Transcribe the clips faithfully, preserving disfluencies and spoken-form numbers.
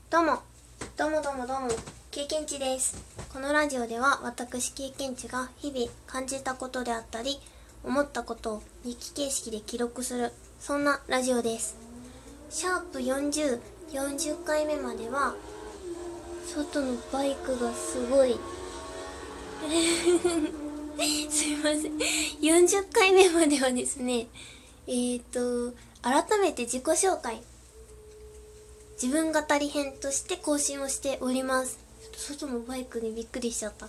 どうも、どうもどうもどうも、経験値です。このラジオでは私経験値が日々感じたことであったり、思ったことを日記形式で記録する、そんなラジオです。シャープよんじゅう、よんじゅっかいめまでは、外のバイクがすごい。すいません。よんじゅっかいめまではですね、えーと、改めて自己紹介。自分語り編として更新をしております。ちょっと外のバイクにびっくりしちゃった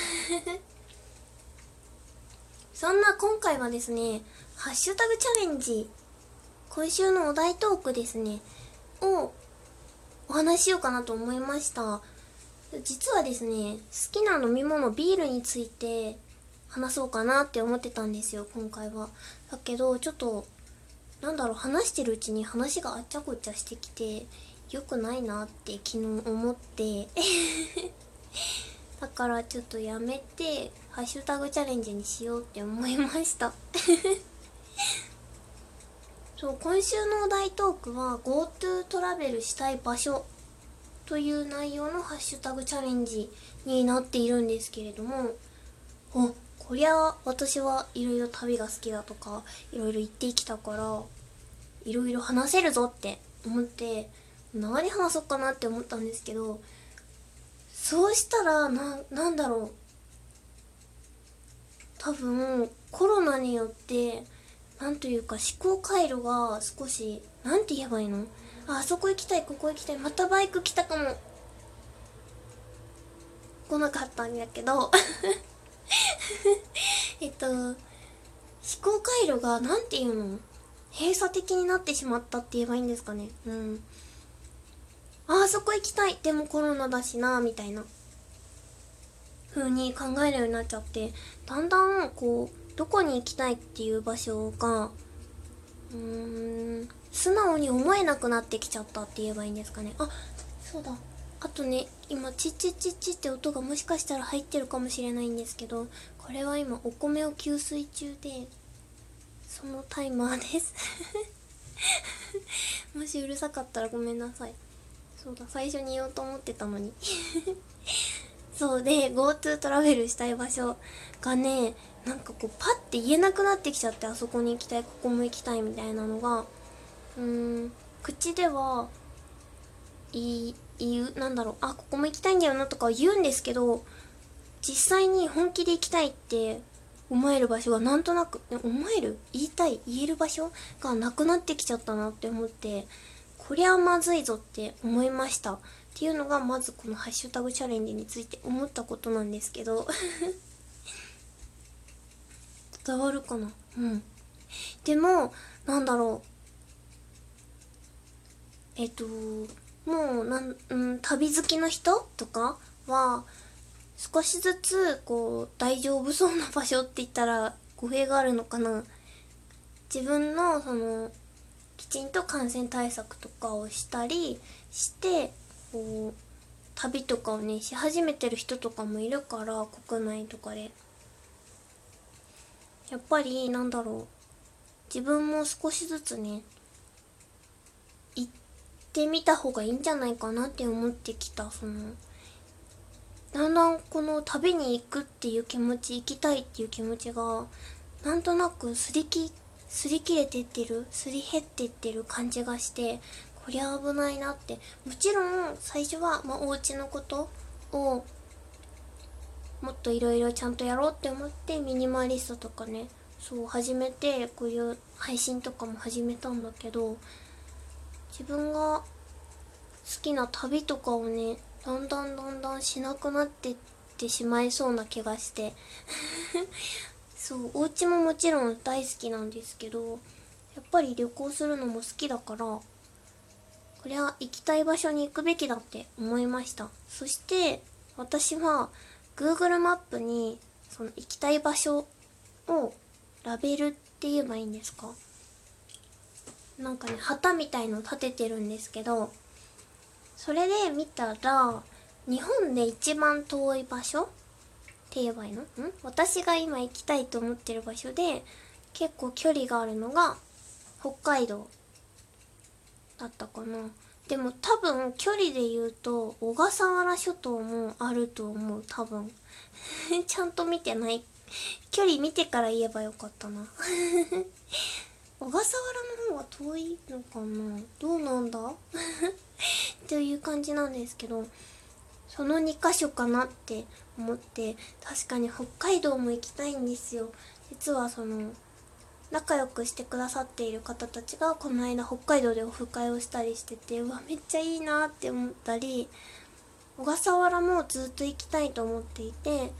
そんな今回はですね、ハッシュタグチャレンジ、今週のお題トークですねをお話ししようかなと思いました。実はですね、好きな飲み物ビールについて話そうかなって思ってたんですよ、今回は。だけどちょっとなんだろう、話してるうちに話があっちゃこっちゃしてきて良くないなって昨日思ってだからちょっとやめてハッシュタグチャレンジにしようって思いましたそう、今週のお題トークは GoTo トラベルしたい場所という内容のハッシュタグチャレンジになっているんですけれども、お、こりゃ私はいろいろ旅が好きだとかいろいろ言ってきたからいろいろ話せるぞって思って何話そうかなって思ったんですけど、そうしたらな、なんだろう、多分コロナによってなんというか思考回路が少し、なんて言えばいいの、あ、あそこ行きたい、ここ行きたい、またバイク来たかも、来なかったんだけどえっと思考回路がなんていうの、閉鎖的になってしまったって言えばいいんですかね。うん、あ、あそこ行きたい、でもコロナだしなみたいな風に考えるようになっちゃって、だんだんこうどこに行きたいっていう場所がうーん素直に思えなくなってきちゃったって言えばいいんですかね。あ、そうだ、あとね、今チッチッチッチって音がもしかしたら入ってるかもしれないんですけど、これは今お米を給水中でそのタイマーですもしうるさかったらごめんなさい。そうだ、最初に言おうと思ってたのにそうで GoTo トラベルしたい場所がね、なんかこうパッて言えなくなってきちゃって、あそこに行きたい、ここも行きたいみたいなのが、うーん口ではいい言う、なんだろう、あ、ここも行きたいんだよなとか言うんですけど、実際に本気で行きたいって思える場所がなんとなく、思える、言いたい、言える場所がなくなってきちゃったなって思って、こりゃまずいぞって思いました。っていうのがまずこのハッシュタグチャレンジについて思ったことなんですけど伝わるかな。うん。でもなんだろう、えっともうなん、うん、旅好きの人とかは少しずつこう大丈夫そうな場所って言ったら語弊があるのかな、自分のそのきちんと感染対策とかをしたりしてこう旅とかをねし始めてる人とかもいるから、国内とかでやっぱりなんだろう、自分も少しずつね行ってみた方がいいんじゃないかなって思ってきた。そのだんだんこの旅に行くっていう気持ち、行きたいっていう気持ちがなんとなくすりきすり切れてってる、すり減ってってる感じがして、こりゃ危ないなって。もちろん最初は、まあ、お家のことをもっといろいろちゃんとやろうって思ってミニマリストとかね、そう始めて、こういう配信とかも始めたんだけど、自分が好きな旅とかをねだんだんだんだんしなくなってってしまいそうな気がしてそう、お家ももちろん大好きなんですけど、やっぱり旅行するのも好きだから、これは行きたい場所に行くべきだって思いました。そして私は Google マップにその行きたい場所をラベルって言えばいいんですか、なんかね旗みたいの立ててるんですけど、それで見たら日本で一番遠い場所って言えばいいの？ん私が今行きたいと思ってる場所で結構距離があるのが北海道だったかな。 でも多分距離で言うと小笠原諸島もあると思う、多分ちゃんと見てない、距離見てから言えばよかったな小笠原の方が遠いのかな、どうなんだという感じなんですけど、そのにかしょかなって思って、確かに北海道も行きたいんですよ。実はその仲良くしてくださっている方たちがこの間北海道でオフ会をしたりしてて、うわめっちゃいいなって思ったり、小笠原もずっと行きたいと思っていて行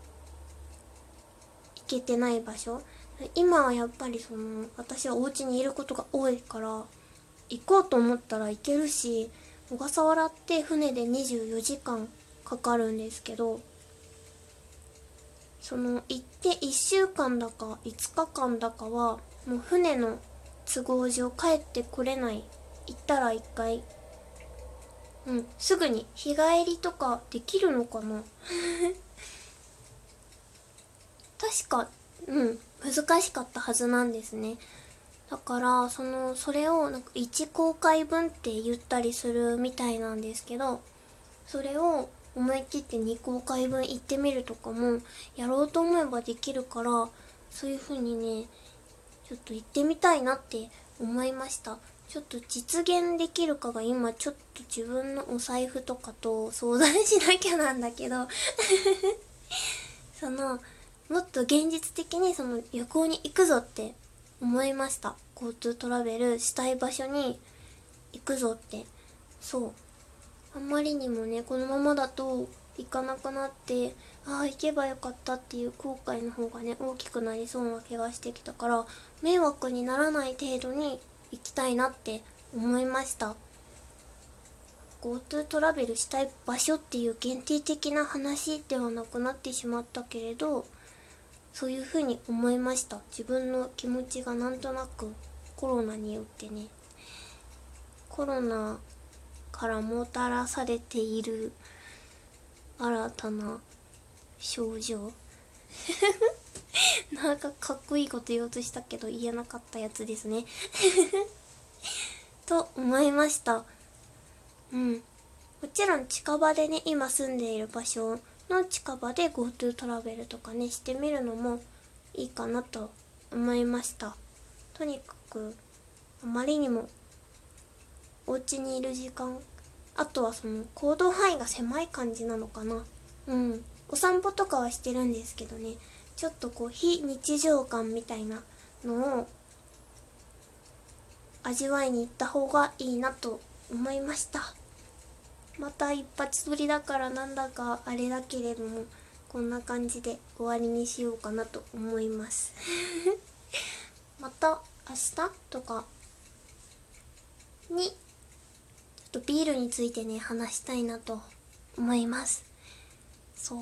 けてない場所、今はやっぱりその私はお家にいることが多いから行こうと思ったら行けるし、小笠原って船でにじゅうよじかんかかるんですけど、その行っていっしゅうかんだかいつかかんだかはもう船の都合上帰ってこれない、行ったらいっかい、うん、すぐに日帰りとかできるのかな確か、うん難しかったはずなんですね。だからそのそれをなんかいち公開分って言ったりするみたいなんですけど、それを思い切ってに公開分行ってみるとかもやろうと思えばできるから、そういう風にねちょっと行ってみたいなって思いました。ちょっと実現できるかが今ちょっと自分のお財布とかと相談しなきゃなんだけどそのもっと現実的にその旅行に行くぞって思いました。 GoTo トラベルしたい場所に行くぞって。そう、あんまりにもねこのままだと行かなくなって、ああ行けばよかったっていう後悔の方がね大きくなりそうな気がしてきたから、迷惑にならない程度に行きたいなって思いました。 GoTo トラベルしたい場所っていう限定的な話ではなくなってしまったけれど、そういう風に思いました。自分の気持ちがなんとなくコロナによってね、コロナからもたらされている新たな症状なんかかっこいいこと言おうとしたけど言えなかったやつですねと思いました。うん、もちろん近場でね今住んでいる場所の近場で GoTo トラベルとかねしてみるのもいいかなと思いました。とにかくあまりにもお家にいる時間、あとはその行動範囲が狭い感じなのかな。うん、お散歩とかはしてるんですけどね、ちょっとこう非日常感みたいなのを味わいに行った方がいいなと思いました。また一発撮りだからなんだかあれだけれども、こんな感じで終わりにしようかなと思いますまた明日とかにちょっとビールについてね話したいなと思います。そう、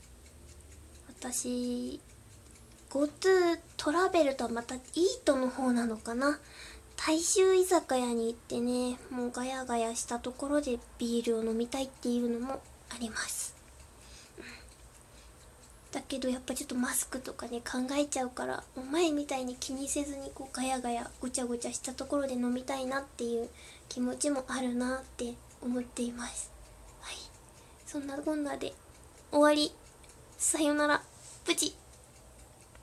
私 GoTo トラベルとはまたイートの方なのかな、大衆居酒屋に行ってねもうガヤガヤしたところでビールを飲みたいっていうのもあります、うん、だけどやっぱちょっとマスクとかね考えちゃうから、もう前みたいに気にせずにこうガヤガヤごちゃごちゃしたところで飲みたいなっていう気持ちもあるなって思っています。はい、そんなこんなで終わり。さよなら、プチ。